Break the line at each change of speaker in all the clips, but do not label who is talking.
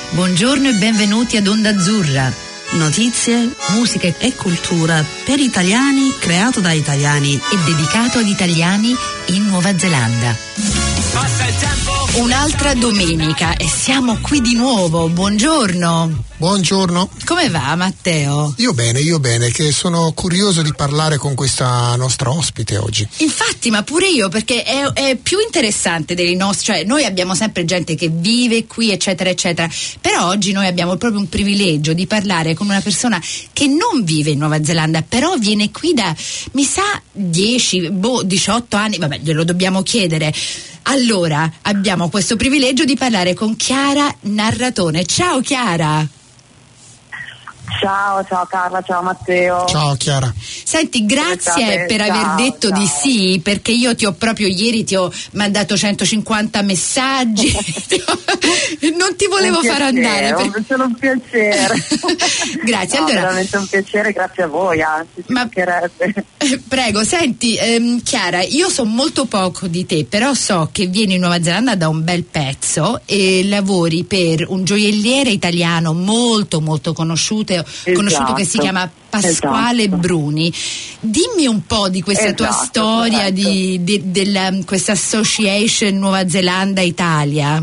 Buongiorno e benvenuti ad Onda Azzurra.
Notizie, musica e cultura per italiani, creato da italiani
e dedicato ad italiani in Nuova Zelanda.
Passa il tempo.
Un'altra domenica e siamo qui di nuovo. Buongiorno.
Buongiorno.
Come va, Matteo?
Io bene, che sono curioso di parlare con questa nostra ospite oggi.
Infatti, ma pure io, perché è più interessante dei nostri, cioè noi abbiamo sempre gente che vive qui, eccetera, eccetera, però oggi noi abbiamo proprio un privilegio di parlare con una persona che non vive in Nuova Zelanda, però viene qui da, mi sa, 18 anni, vabbè, glielo dobbiamo chiedere. Allora, abbiamo questo privilegio di parlare con Chiara Narratone. Ciao Chiara!
Ciao Carla, ciao Matteo.
Ciao Chiara.
Senti, grazie per aver detto di sì, perché io ieri ti ho mandato 150 messaggi. Non ti volevo far andare.
È solo un piacere.
Grazie.
No,
allora,
veramente un piacere, grazie a voi, anzi,
prego, senti, Chiara, io so molto poco di te, però so che vieni in Nuova Zelanda da un bel pezzo e lavori per un gioielliere italiano molto molto conosciuto che si chiama Pasquale Bruni. Dimmi un po' di questa tua storia della questa Association Nuova Zelanda Italia.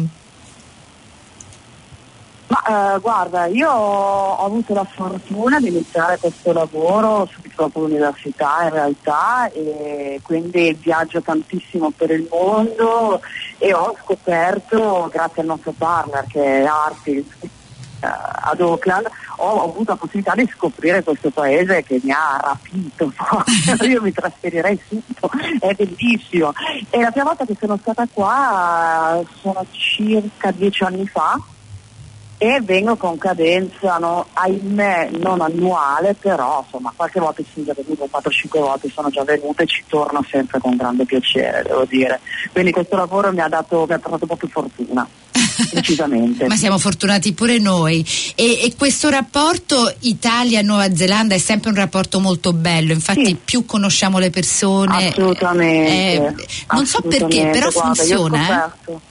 Ma guarda, io ho avuto la fortuna di iniziare questo lavoro subito dopo l'università in realtà, e quindi viaggio tantissimo per il mondo e ho scoperto, grazie al nostro partner che è Artis ad Auckland, ho avuto la possibilità di scoprire questo paese che mi ha rapito. Io mi trasferirei subito, è bellissimo. E la prima volta che sono stata qua sono circa 10 anni fa e vengo con cadenza, no, ahimè non annuale, però insomma qualche volta sono già venuto, 4-5 volte sono già venuta e ci torno sempre con grande piacere, devo dire. Quindi questo lavoro mi ha portato proprio fortuna. Decisamente.
Ma siamo fortunati pure noi e questo rapporto Italia-Nuova Zelanda è sempre un rapporto molto bello, infatti più conosciamo le persone,
assolutamente,
non so perché, però funziona.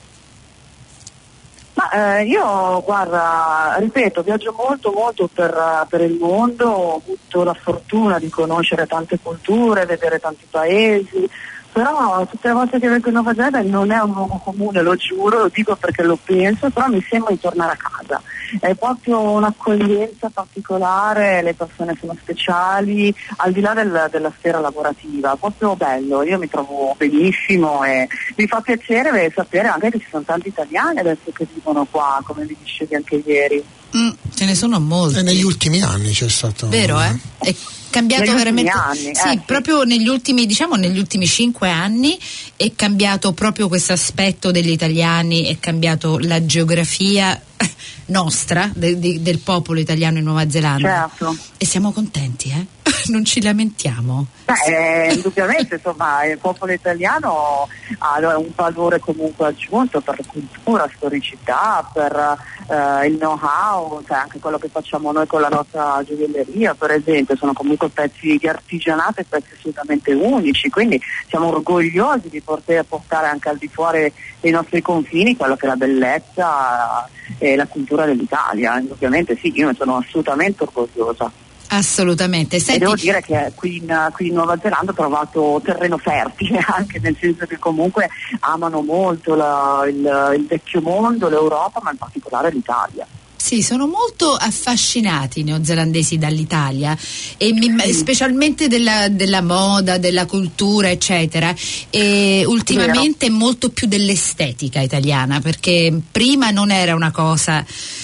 Ma io guarda, ripeto, viaggio molto per il mondo, ho avuto la fortuna di conoscere tante culture, vedere tanti paesi, però tutte le volte che vengo in Nuova Zelanda non è un luogo comune, lo giuro, lo dico perché lo penso, però mi sembra di tornare a casa. È proprio un'accoglienza particolare, le persone sono speciali, al di là della sfera lavorativa, è proprio bello, io mi trovo benissimo e mi fa piacere sapere anche che ci sono tanti italiani adesso che vivono qua, come mi dicevi anche ieri.
Ce ne sono molti.
E negli ultimi anni c'è stato...
Vero, È cambiato veramente
anni,
sì, proprio negli ultimi 5 anni è cambiato proprio questo aspetto degli italiani, è cambiato la geografia nostra del popolo italiano in Nuova Zelanda.
Certo.
E siamo contenti, non ci lamentiamo.
Indubbiamente, insomma, il popolo italiano ha un valore comunque aggiunto per la cultura, storicità, per il know-how, cioè anche quello che facciamo noi con la nostra gioielleria, per esempio, sono comunque pezzi di artigianato e pezzi assolutamente unici, quindi siamo orgogliosi di poter portare anche al di fuori dei nostri confini quello che è la bellezza e la cultura dell'Italia. Indubbiamente sì, io ne sono assolutamente orgogliosa.
Assolutamente. Senti,
e devo dire che qui in Nuova Zelanda ho trovato terreno fertile, anche nel senso che comunque amano molto il vecchio mondo, l'Europa, ma in particolare l'Italia.
Sì, sono molto affascinati i neozelandesi dall'Italia e specialmente della moda, della cultura, eccetera, e ultimamente molto più dell'estetica italiana, perché prima non era una cosa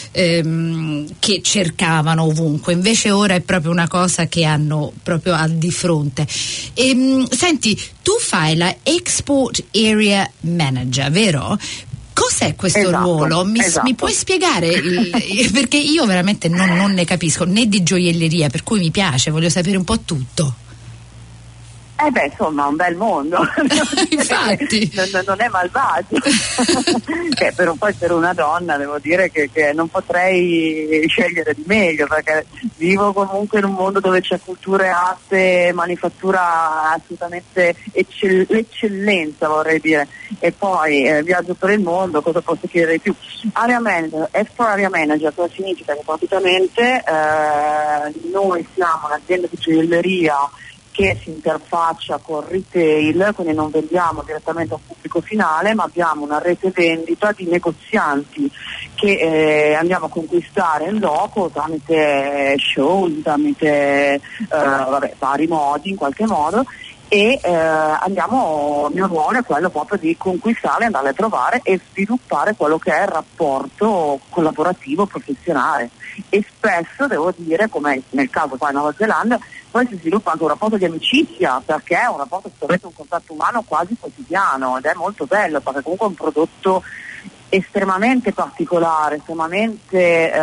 che cercavano ovunque, invece ora è proprio una cosa che hanno proprio al di fronte. Senti, tu fai la Export Area Manager, vero? Cos'è questo ruolo? Mi puoi spiegare? Perché io veramente non ne capisco, né di gioielleria, per cui mi piace, voglio sapere un po' tutto.
Insomma, un bel mondo.
Infatti.
non è malvagio. Poi per una donna devo dire che non potrei scegliere di meglio, perché vivo comunque in un mondo dove c'è cultura e arte, manifattura assolutamente l'eccellenza, vorrei dire. E poi viaggio per il mondo, cosa posso chiedere di più? Area manager, area manager, cosa significa? Che praticamente noi siamo un'azienda di gioielleria che si interfaccia con retail, quindi non vendiamo direttamente a un pubblico finale, ma abbiamo una rete vendita di negozianti che andiamo a conquistare in loco tramite show, tramite vari modi in qualche modo, e il mio ruolo è quello proprio di conquistare, andare a trovare e sviluppare quello che è il rapporto collaborativo professionale. E spesso devo dire, come nel caso qua in Nuova Zelanda, poi si sviluppa anche un rapporto di amicizia, perché è un rapporto che avete un contatto umano quasi quotidiano, ed è molto bello, perché comunque è un prodotto estremamente particolare, estremamente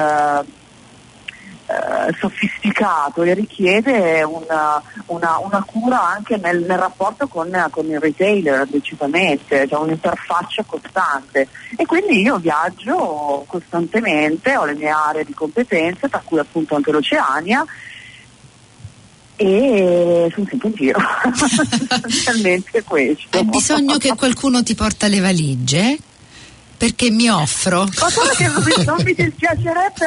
sofisticato, e richiede una cura anche nel rapporto con il retailer, decisamente, cioè un'interfaccia costante, e quindi io viaggio costantemente, ho le mie aree di competenze, tra cui appunto anche l'Oceania, e sono sempre in giro. Sostanzialmente questo.
Hai bisogno che qualcuno ti porta le valigie? Perché mi offro.
Ma guarda che non mi dispiacerebbe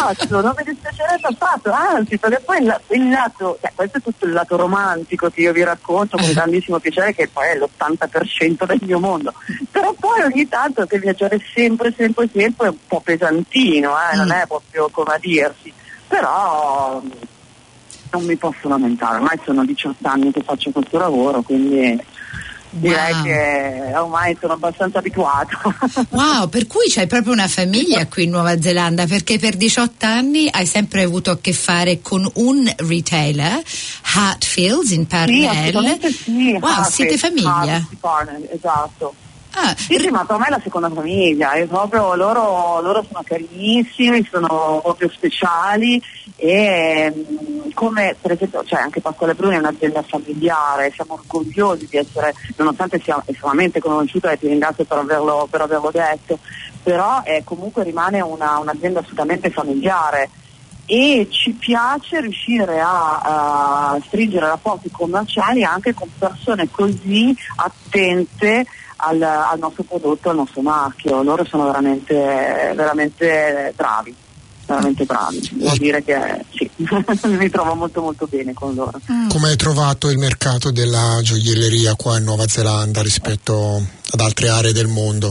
affatto, anzi, perché poi il lato, questo è tutto il lato romantico che io vi racconto con grandissimo piacere, che poi è l'80% del mio mondo, però poi ogni tanto che viaggiare sempre è un po' pesantino, non è proprio come a dirsi, però non mi posso lamentare, ormai sono 18 anni che faccio questo lavoro, quindi direi che ormai sono abbastanza abituato.
Wow, per cui c'hai proprio una famiglia qui in Nuova Zelanda, perché per 18 anni hai sempre avuto a che fare con un retailer, Hatfields in Parnell.
Sì,
wow, siete famiglia?
Parnell, esatto.
Sì,
ma per me è la seconda famiglia, è proprio, loro sono carinissimi, sono proprio speciali, e come per esempio, anche Pasquale Bruni è un'azienda familiare, siamo orgogliosi di essere, nonostante sia estremamente conosciuta, e ti ringrazio per averlo detto, però comunque rimane un'azienda assolutamente familiare, e ci piace riuscire a stringere rapporti commerciali anche con persone così attente al nostro prodotto, al nostro marchio. Loro sono veramente bravi, devo dire che sì, mi trovo molto molto bene con loro.
Come hai trovato il mercato della gioielleria qua in Nuova Zelanda rispetto ad altre aree del mondo?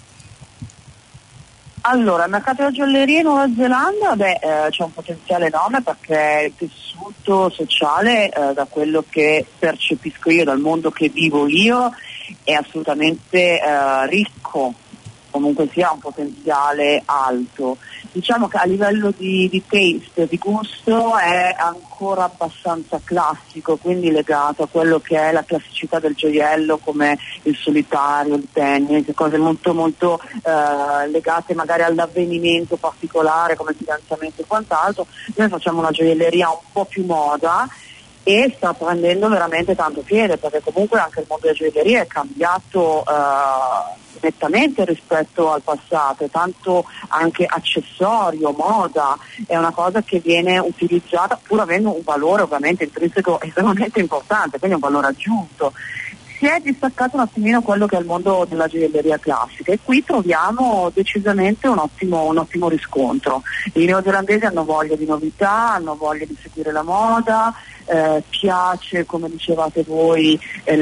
Allora, il mercato della gioielleria in Nuova Zelanda, c'è un potenziale enorme, perché il tessuto sociale, da quello che percepisco io, dal mondo che vivo io, è assolutamente ricco, comunque sia un potenziale alto. Diciamo che a livello di taste, di gusto, è ancora abbastanza classico, quindi legato a quello che è la classicità del gioiello, come il solitario, il tennis, cose molto molto legate magari all'avvenimento particolare come il fidanzamento e quant'altro. Noi facciamo una gioielleria un po' più moda, e sta prendendo veramente tanto piede, perché comunque anche il mondo della gioielleria è cambiato nettamente rispetto al passato, e tanto anche accessorio, moda, è una cosa che viene utilizzata pur avendo un valore ovviamente intrinseco estremamente importante, quindi un valore aggiunto. Si è distaccato un attimino quello che è il mondo della gioielleria classica, e qui troviamo decisamente un ottimo riscontro. I neozelandesi hanno voglia di novità, hanno voglia di seguire la moda, piace, come dicevate voi,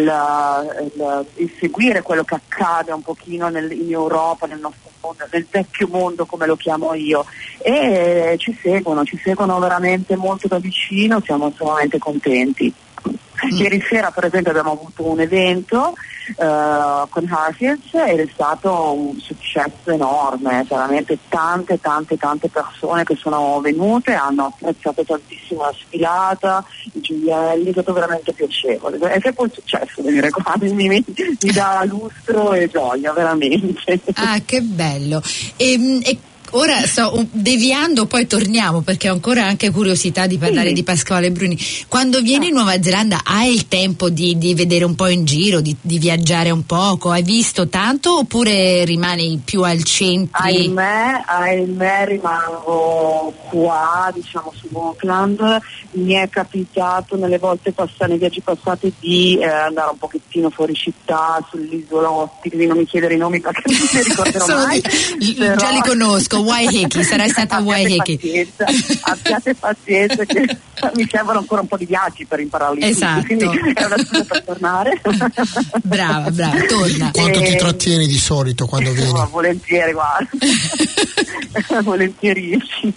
il seguire quello che accade un pochino in Europa, nel nostro mondo, nel vecchio mondo come lo chiamo io, e ci seguono veramente molto da vicino, siamo estremamente contenti. Ieri sera per esempio abbiamo avuto un evento con Hatfields, ed è stato un successo enorme, veramente tante persone che sono venute, hanno apprezzato tantissimo la sfilata, i gioielli, è stato veramente piacevole, è sempre un successo venire qua, mi dà lustro e gioia veramente.
Ah, che bello. E ora sto deviando, poi torniamo perché ho ancora anche curiosità di parlare di Pasquale Bruni. Quando vieni in Nuova Zelanda hai il tempo di vedere un po' in giro, di viaggiare un poco? Hai visto tanto oppure rimani più al centro?
Ahimè rimango qua, diciamo, su Auckland. Mi è capitato nelle volte passate, nei viaggi passati, di andare un pochettino fuori città, sull'isolotti, quindi non mi chiedere i nomi perché non mi ricorderò mai. Però... già li
conosco, Waiheke, sarai stata a Waiheke.
Abbiate pazienza che mi servono ancora un po' di viaggi per impararli.
Esatto.
Tutti, quindi è una scusa per tornare.
Brava, torna.
Quanto ti trattieni di solito quando vieni?
No, volentieri, guarda. Volentierissimo.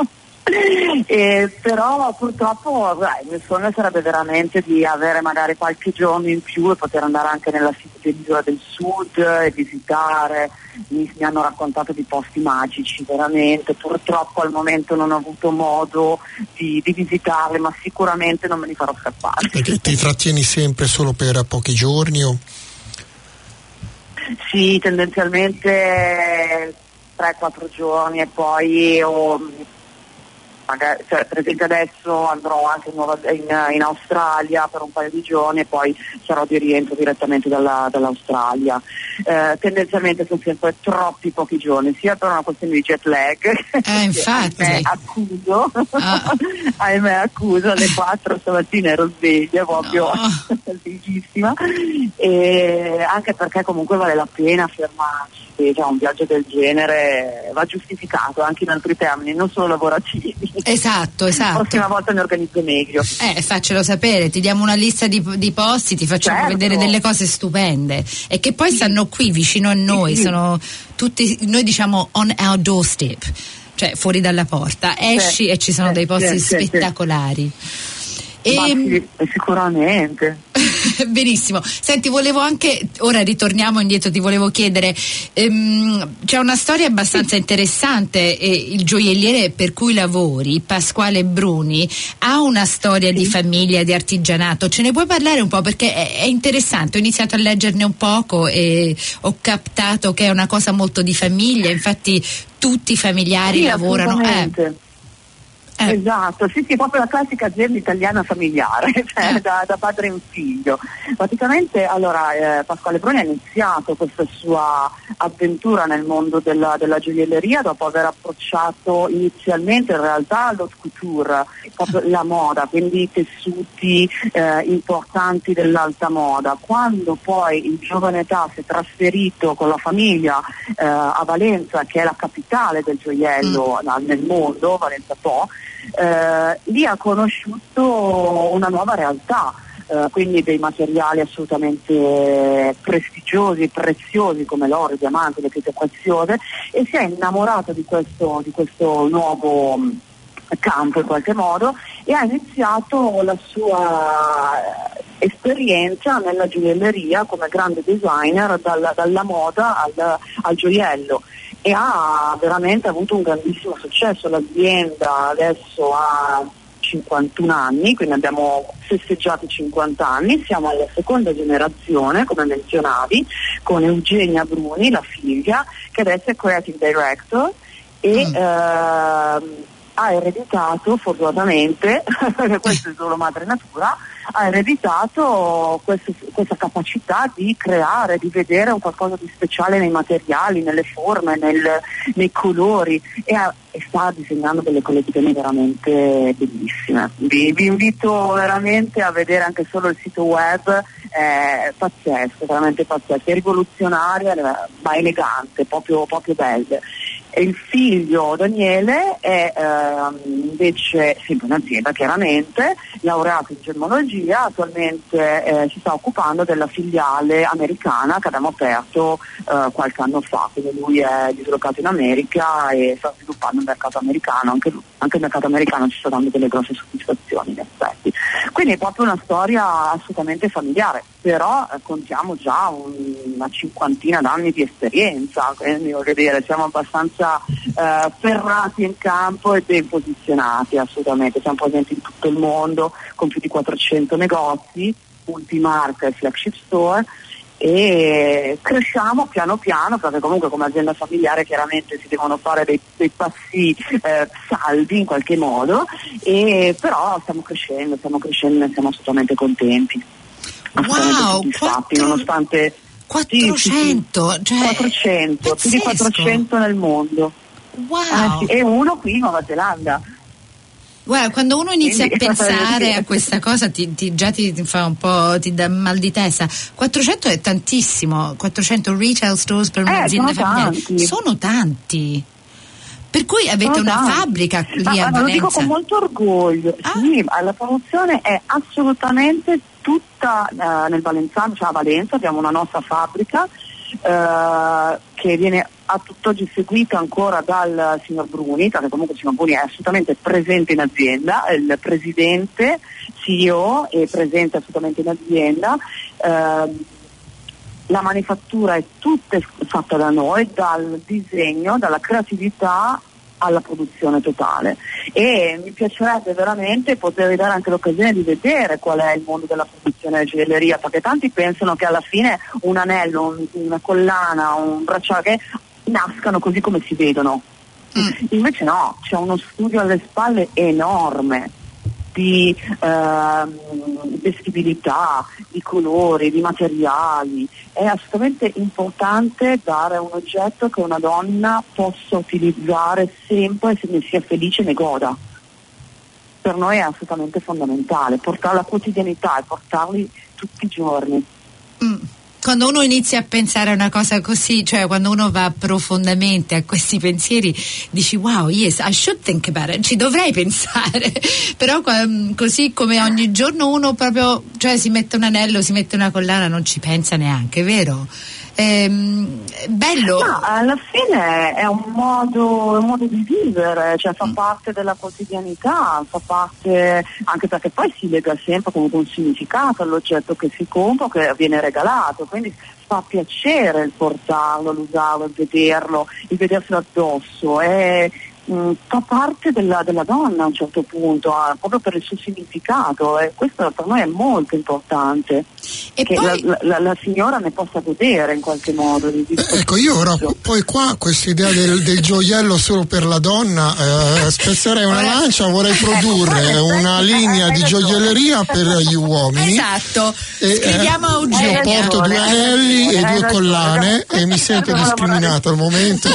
Però purtroppo il mio sogno sarebbe veramente di avere magari qualche giorno in più e poter andare anche nella dell'isola del sud e visitare. Mi hanno raccontato di posti magici veramente, purtroppo al momento non ho avuto modo di visitarli, ma sicuramente non me li farò scappare.
Perché ti trattieni sempre solo per pochi giorni? O?
Sì, tendenzialmente 3-4 giorni e poi magari, cioè, per esempio adesso andrò anche in Australia per un paio di giorni e poi sarò di rientro direttamente dall'Australia. Tendenzialmente sono sempre troppi pochi giorni, sia per una questione di jet lag,
infatti.
Ahimè accuso, alle 4 stamattina ero sveglia proprio sveglissima, e anche perché comunque vale la pena fermarsi. Cioè, un viaggio del genere va giustificato anche in altri termini, non solo lavorativi.
Esatto.
La prossima volta mi organizzo meglio.
Faccelo sapere, ti diamo una lista di posti, ti facciamo vedere delle cose stupende e che poi stanno qui vicino a noi, sono tutti, noi diciamo on our doorstep, cioè fuori dalla porta, esci e ci sono dei posti spettacolari.
Sicuramente.
Benissimo. Senti, volevo anche, ora ritorniamo indietro, ti volevo chiedere, c'è una storia abbastanza interessante, il gioielliere per cui lavori, Pasquale Bruni, ha una storia di famiglia, di artigianato, ce ne puoi parlare un po', perché è interessante, ho iniziato a leggerne un poco e ho captato che è una cosa molto di famiglia, infatti tutti i familiari lavorano.
Esatto, sì, proprio la classica azienda italiana familiare, cioè da padre in figlio. Praticamente Pasquale Bruni ha iniziato questa sua avventura nel mondo della gioielleria dopo aver approcciato inizialmente in realtà l'haute couture, proprio la moda, quindi i tessuti importanti dell'alta moda. Quando poi in giovane età si è trasferito con la famiglia a Valenza, che è la capitale del gioiello nel mondo, Valenza Po, lì ha conosciuto una nuova realtà, quindi dei materiali assolutamente prestigiosi e preziosi come l'oro, i diamanti, le pietre preziose, e si è innamorato di questo nuovo campo in qualche modo e ha iniziato la sua esperienza nella gioielleria come grande designer, dalla moda al gioiello, e ha veramente avuto un grandissimo successo. L'azienda adesso ha 51 anni, quindi abbiamo festeggiato i 50 anni, siamo alla seconda generazione, come menzionavi, con Eugenia Bruni, la figlia, che adesso è Creative Director e ha ereditato, fortunatamente, questo è solo madre natura, ha ereditato questa capacità di creare, di vedere un qualcosa di speciale nei materiali, nelle forme, nei colori, e sta disegnando delle collezioni veramente bellissime. Vi invito veramente a vedere anche solo il sito web, è pazzesco, veramente pazzesco, è rivoluzionaria ma elegante, proprio belle. E il figlio Daniele è invece sempre un'azienda, chiaramente, laureato in germologia, attualmente si sta occupando della filiale americana che abbiamo aperto qualche anno fa, quindi lui è dislocato in America e sta sviluppando il mercato americano, anche il mercato americano ci sta dando delle grosse soddisfazioni in effetti. Quindi è proprio una storia assolutamente familiare, però contiamo già una cinquantina d'anni di esperienza, quindi voglio dire, siamo abbastanza ferrati in campo e ben posizionati, assolutamente. Siamo presenti in tutto il mondo con più di 400 negozi, multimarca e flagship store, e cresciamo piano piano, perché comunque come azienda familiare chiaramente si devono fare dei passi saldi in qualche modo, e però stiamo crescendo e siamo assolutamente contenti, assolutamente soddisfatti, nonostante
400, cioè
400, più di 400 nel mondo.
Wow.
Sì, e uno qui in Nuova Zelanda.
Guarda, quando uno inizia a pensare a questa cosa ti fa un po', ti dà mal di testa. 400 è tantissimo, 400 retail stores per un'azienda familiare. Sono tanti. Per cui avete una fabbrica lì a Valenza.
Lo dico con molto orgoglio. Sì, la produzione è assolutamente tutta nel Valenzano, cioè a Valenza abbiamo una nostra fabbrica che viene a tutt'oggi seguita ancora dal signor Bruni, perché comunque il signor Bruni è assolutamente presente in azienda, è il presidente, CEO, è presente assolutamente in azienda. La manifattura è tutta fatta da noi, dal disegno, dalla creatività alla produzione totale, e mi piacerebbe veramente poter dare anche l'occasione di vedere qual è il mondo della produzione di gioielleria, perché tanti pensano che alla fine un anello, una collana, un bracciale nascano così come si vedono. Invece no, c'è uno studio alle spalle enorme di vestibilità, di colori, di materiali. È assolutamente importante dare un oggetto che una donna possa utilizzare sempre e se ne sia felice e ne goda. Per noi è assolutamente fondamentale portare la quotidianità e portarli tutti i giorni.
Quando uno inizia a pensare a una cosa così, cioè quando uno va profondamente a questi pensieri, dici wow, yes, I should think about it, ci dovrei pensare. Però così come ogni giorno uno proprio, cioè si mette un anello, si mette una collana, non ci pensa neanche, vero? Bello.
No, alla fine è un modo di vivere, cioè fa parte della quotidianità, fa parte anche perché poi si lega sempre comunque un significato all'oggetto che si compra, che viene regalato, quindi fa piacere il portarlo, l'usarlo, il vederlo, il vederselo addosso, fa parte della donna a un certo punto, proprio per il suo significato, e questo per noi è molto importante, e che poi la signora ne possa godere in qualche modo.
Ecco, io ora poi qua questa idea del gioiello solo per la donna, spezzerei una lancia, vorrei produrre una linea di gioielleria per gli uomini.
Esatto, scriviamo a Eugenio.
Io porto 2 anelli e 2 collane e mi sento discriminato al momento.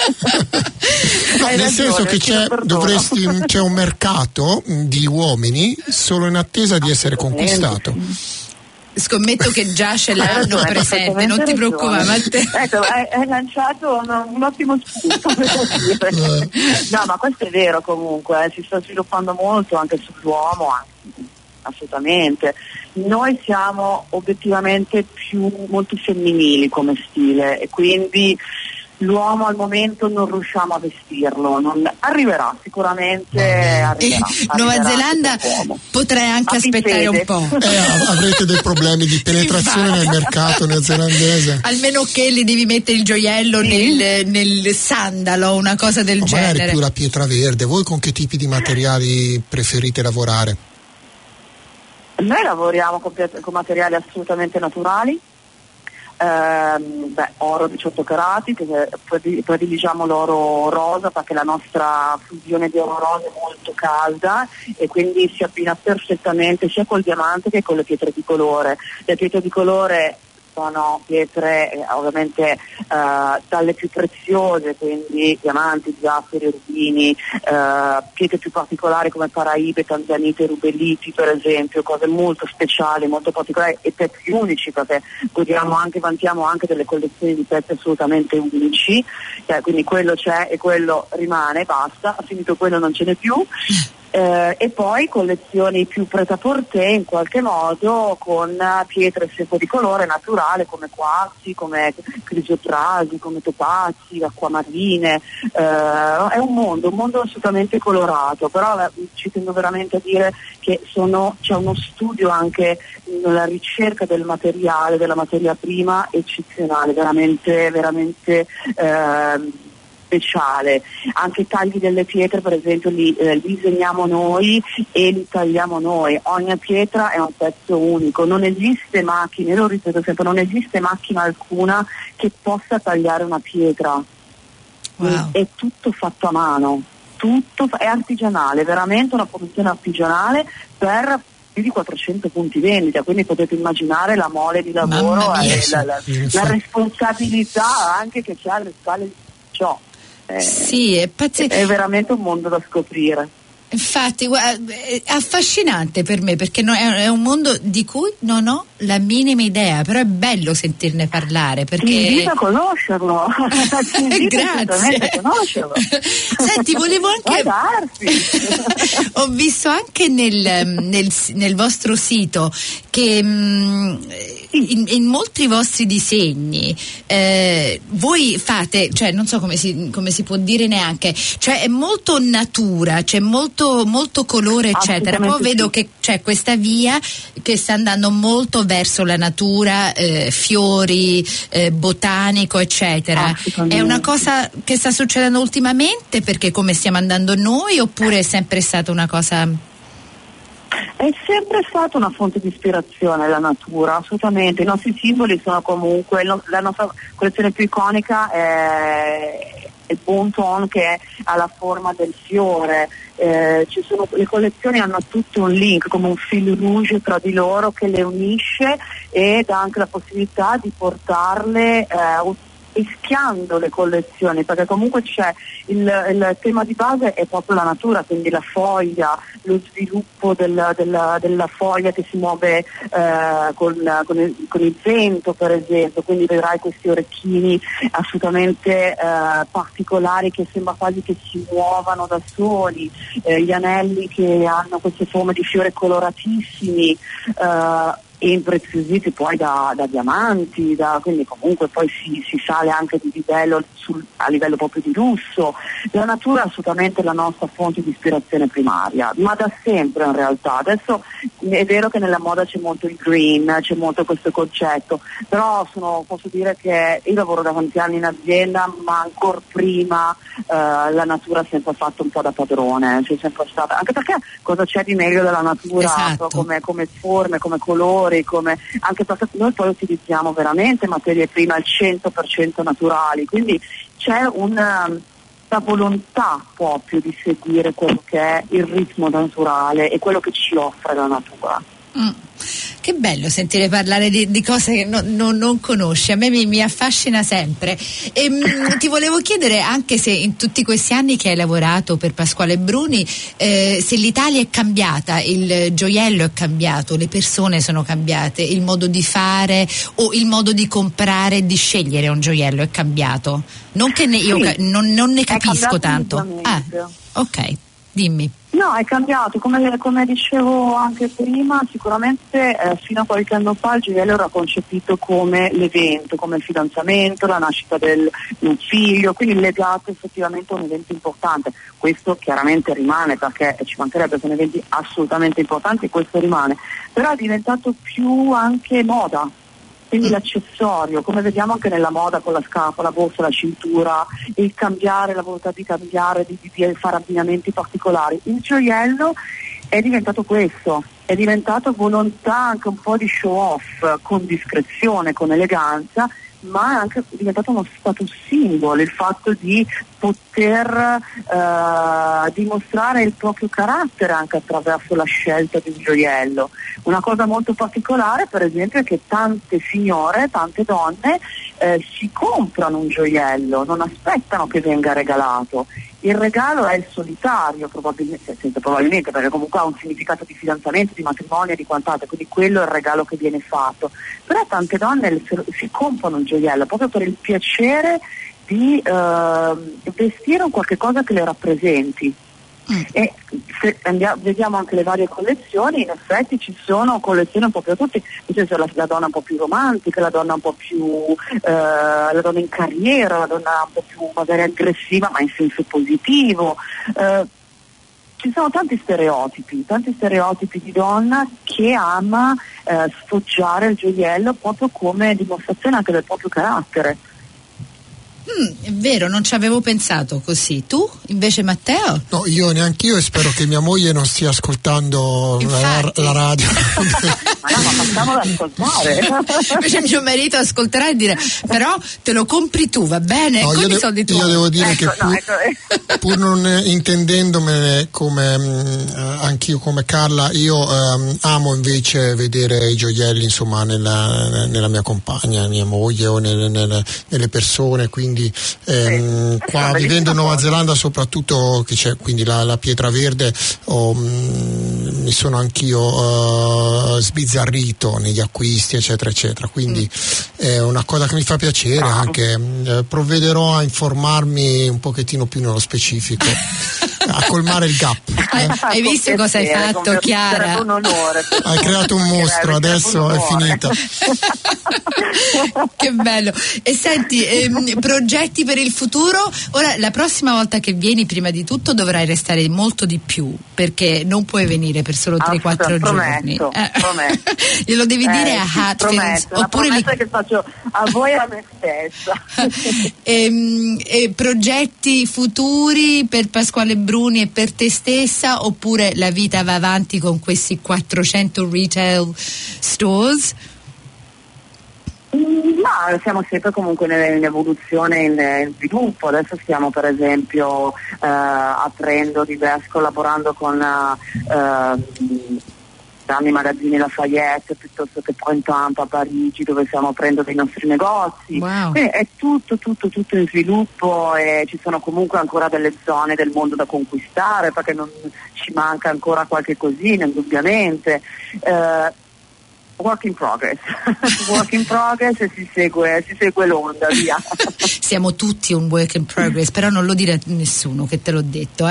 Nel senso che c'è un mercato di uomini solo in attesa di essere conquistato.
Scommetto che già ce l'hanno presente, non ti preoccupare, Matteo.
Ecco, hai lanciato un ottimo spunto. No, ma questo è vero comunque, si sta sviluppando molto anche sull'uomo, assolutamente. Noi siamo obiettivamente molto femminili come stile, e quindi l'uomo al momento non riusciamo a vestirlo, arriverà sicuramente.
Nuova Zelanda potrei anche aspettare un po'.
Avrete dei problemi di penetrazione nel mercato neozelandese.
Almeno che li devi mettere il gioiello nel sandalo, una cosa del genere.
Magari più la pietra verde. Voi con che tipi di materiali preferite lavorare?
Noi lavoriamo con materiali assolutamente naturali. Oro 18 carati, prediligiamo l'oro rosa perché la nostra fusione di oro rosa è molto calda e quindi si abbina perfettamente sia col diamante che con le pietre di colore. Le pietre di colore sono pietre ovviamente dalle più preziose, quindi diamanti, zaffiri, rubini, pietre più particolari come paraibe, tanzanite, rubelliti per esempio, cose molto speciali, molto particolari e pezzi unici, perché vantiamo anche delle collezioni di pezzi assolutamente unici, quindi quello c'è e quello rimane, basta, ha finito quello non ce n'è più. E poi collezioni più prêt-à-porter in qualche modo con pietre sempre di colore naturale come quarzi, come crisoprasi, come topazi, acquamarine. È un mondo assolutamente colorato, però ci tengo veramente a dire che c'è uno studio anche nella ricerca del materiale, della materia prima eccezionale, veramente speciale. Anche i tagli delle pietre, per esempio, li disegniamo noi e li tagliamo noi. Ogni pietra è un pezzo unico, non esiste macchina, lo ripeto sempre, non esiste macchina alcuna che possa tagliare una pietra.
Wow.
È tutto fatto a mano, tutto è artigianale, veramente una produzione artigianale per più di 400 punti vendita, quindi potete immaginare la mole di lavoro e la responsabilità anche che c'è alle spalle di ciò.
Sì,
è veramente un mondo da scoprire.
Infatti, è affascinante per me, perché è un mondo di cui non ho la minima idea, però è bello sentirne parlare, perché
ti invito a conoscerlo.
Grazie
a conoscerlo.
Senti, volevo anche ho visto anche nel vostro sito che in molti vostri disegni voi fate, cioè non so come si può dire neanche, cioè è molto natura, c'è molto colore eccetera, poi vedo che c'è questa via che sta andando molto verso la natura, fiori, botanico eccetera. È una cosa che sta succedendo ultimamente perché come stiamo andando noi, oppure è sempre stata una cosa?
È sempre stata una fonte di ispirazione la natura, assolutamente. I nostri simboli sono comunque, la nostra collezione più iconica è il Bonton, che ha la forma del fiore. Le collezioni hanno tutte un link, come un fil rouge tra di loro che le unisce e dà anche la possibilità di portarle mischiando le collezioni, perché comunque c'è il tema di base è proprio la natura, quindi la foglia, lo sviluppo della foglia che si muove con il vento, per esempio, quindi vedrai questi orecchini assolutamente particolari che sembra quasi che si muovano da soli, gli anelli che hanno queste forme di fiore coloratissimi, e impreziositi poi da diamanti, quindi comunque poi si sale anche di livello a livello proprio di lusso. La natura è assolutamente la nostra fonte di ispirazione primaria, ma da sempre in realtà. Adesso è vero che nella moda c'è molto il green, c'è molto questo concetto, però posso dire che io lavoro da tanti anni in azienda, ma ancora prima la natura ha sempre fatto un po' da padrone, c'è sempre stata, anche perché cosa c'è di meglio della natura,
esatto,
come forme, come colori, anche perché noi poi utilizziamo veramente materie prime al 100% naturali, quindi c'è una volontà proprio di seguire quello che è il ritmo naturale e quello che ci offre la natura.
Che bello sentire parlare di cose che non conosci, a me mi affascina sempre. E ti volevo chiedere, anche se in tutti questi anni che hai lavorato per Pasquale Bruni, se l'Italia è cambiata, il gioiello è cambiato, le persone sono cambiate, il modo di fare o il modo di comprare e di scegliere un gioiello è cambiato. Non che io non ne capisco tanto. Ok, dimmi.
No, è cambiato, come dicevo anche prima, sicuramente fino a qualche anno fa il gioiello era concepito come l'evento, come il fidanzamento, la nascita di un figlio, quindi legato effettivamente a un evento importante. Questo chiaramente rimane, perché ci mancherebbe, sono eventi assolutamente importanti, questo rimane, però è diventato più anche moda. Quindi l'accessorio, come vediamo anche nella moda con la scarpa, la borsa, la cintura, il cambiare, la volontà di cambiare, di fare abbinamenti particolari. Il gioiello è diventato questo, è diventato volontà anche un po' di show off, con discrezione, con eleganza, ma è anche diventato uno status symbol, il fatto di poter dimostrare il proprio carattere anche attraverso la scelta di un gioiello. Una cosa molto particolare, per esempio, è che tante signore, tante donne si comprano un gioiello, non aspettano che venga regalato. Il regalo è il solitario, probabilmente, perché comunque ha un significato di fidanzamento, di matrimonio e di quant'altro, quindi quello è il regalo che viene fatto. Però tante donne si comprano un gioiello proprio per il piacere di vestire un qualche cosa che le rappresenti. E se vediamo anche le varie collezioni, in effetti ci sono collezioni un po' per tutti, nel senso la donna un po' più romantica, la donna un po' più la donna in carriera, la donna un po' più magari aggressiva ma in senso positivo. Ci sono tanti stereotipi di donna che ama sfoggiare il gioiello proprio come dimostrazione anche del proprio carattere.
È vero, non ci avevo pensato così. Tu invece, Matteo?
No, io neanch'io, e spero che mia moglie non stia ascoltando la radio.
Ma facciamola ascoltare.
Invece mio marito ascolterà e dire: però te lo compri tu, va bene?
No,
con i soldi tuoi.
Io devo dire che pur non intendendomene come anch'io come Carla, io amo invece vedere i gioielli, insomma, nella mia compagna, mia moglie, o nelle persone, quindi qua vivendo in Nuova Zelanda, soprattutto che c'è quindi la pietra verde, mi sono anch'io sbizzarrito negli acquisti, eccetera eccetera, quindi è una cosa che mi fa piacere. Anche provvederò a informarmi un pochettino più nello specifico, a colmare il gap.
Hai visto cosa hai fatto, Chiara?
Un onore.
Hai creato un mostro, adesso è finita.
Che bello. E senti, progetti per il futuro? Ora, la prossima volta che vieni, prima di tutto dovrai restare molto di più, perché non puoi venire per solo 3-4 giorni.
Prometto.
Glielo devi dire a Hatfields, oppure
che faccio a voi e a me stessa.
e progetti futuri per Pasquale Bruni e per te stessa, oppure la vita va avanti con questi 400 retail stores?
No, siamo sempre comunque in evoluzione, in sviluppo. Adesso stiamo per esempio aprendo collaborando con i magazzini Lafayette, piuttosto che Printemps a Parigi, dove stiamo aprendo dei nostri negozi.
Wow.
È tutto in sviluppo, e ci sono comunque ancora delle zone del mondo da conquistare, perché non ci manca ancora qualche cosina, indubbiamente. Work in progress. Work in progress, e si segue l'onda, via.
Siamo tutti un work in progress, però non lo dire a nessuno che te l'ho detto,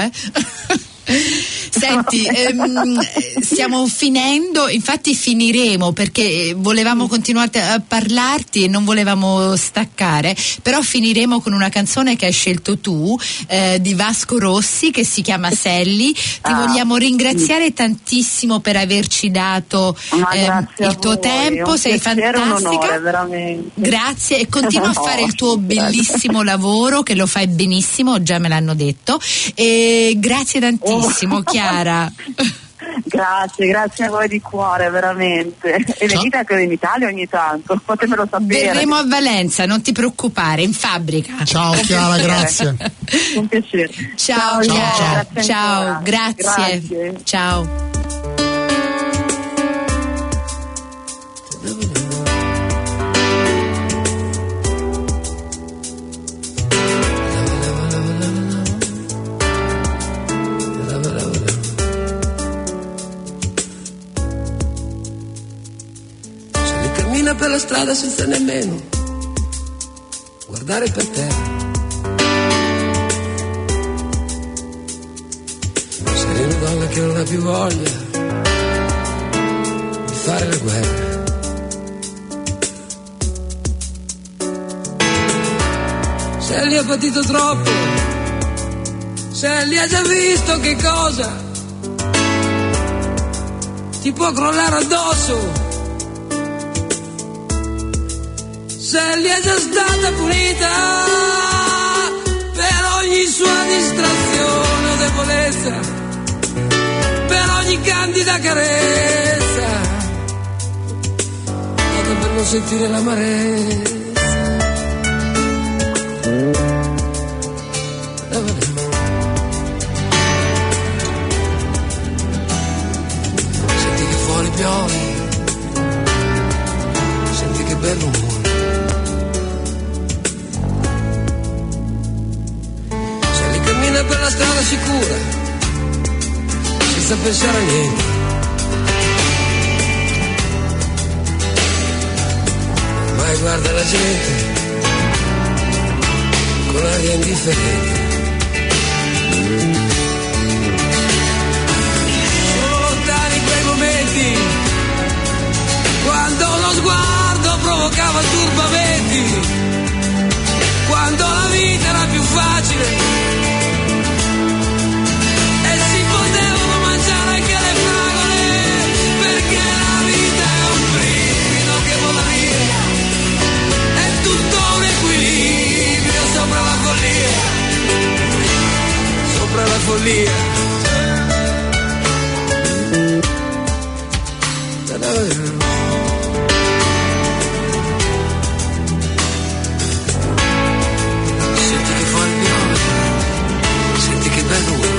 Senti, stiamo finendo, infatti finiremo, perché volevamo continuare a parlarti e non volevamo staccare, però finiremo con una canzone che hai scelto tu, di Vasco Rossi, che si chiama Sally. Ti vogliamo ringraziare tantissimo per averci dato il tuo tempo, sei fantastica.
Un onore, veramente.
Grazie, e continua a fare il tuo bellissimo lavoro, che lo fai benissimo, già me l'hanno detto, e grazie tantissimo, Chiara.
Grazie a voi di cuore, veramente. E venite anche in Italia ogni tanto, fatemelo sapere.
Verremo a Valenza, non ti preoccupare, in fabbrica.
Ciao Chiara, grazie.
Un piacere.
Ciao Chiara, ciao, grazie. Ciao.
Per la strada senza nemmeno guardare per terra, sei una donna che non ha più voglia di fare la guerra. Sally ha patito troppo, Sally ha già visto che cosa ti può crollare addosso. Sally è già stata punita per ogni sua distrazione o debolezza, per ogni candida carezza, dato per non sentire l'amarezza. Senti che fuori piove, senti che bello umore. Per la strada sicura, senza pensare a niente, mai guarda la gente con aria indifferente. Sono lontani quei momenti quando lo sguardo provocava turbamenti, quando la vita era più facile anche le fragole, perché la vita è un brivido che vola via, è tutto un equilibrio follia. Senti che fuori piove, senti che bello urla.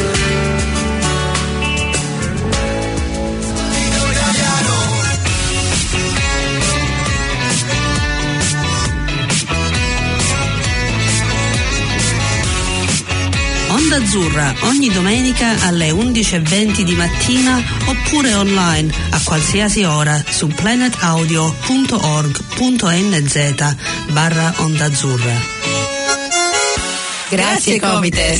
Onda Azzurra ogni domenica alle 11:20 di mattina oppure online a qualsiasi ora su planetaudio.org.nz/Onda Azzurra.
Grazie Comites.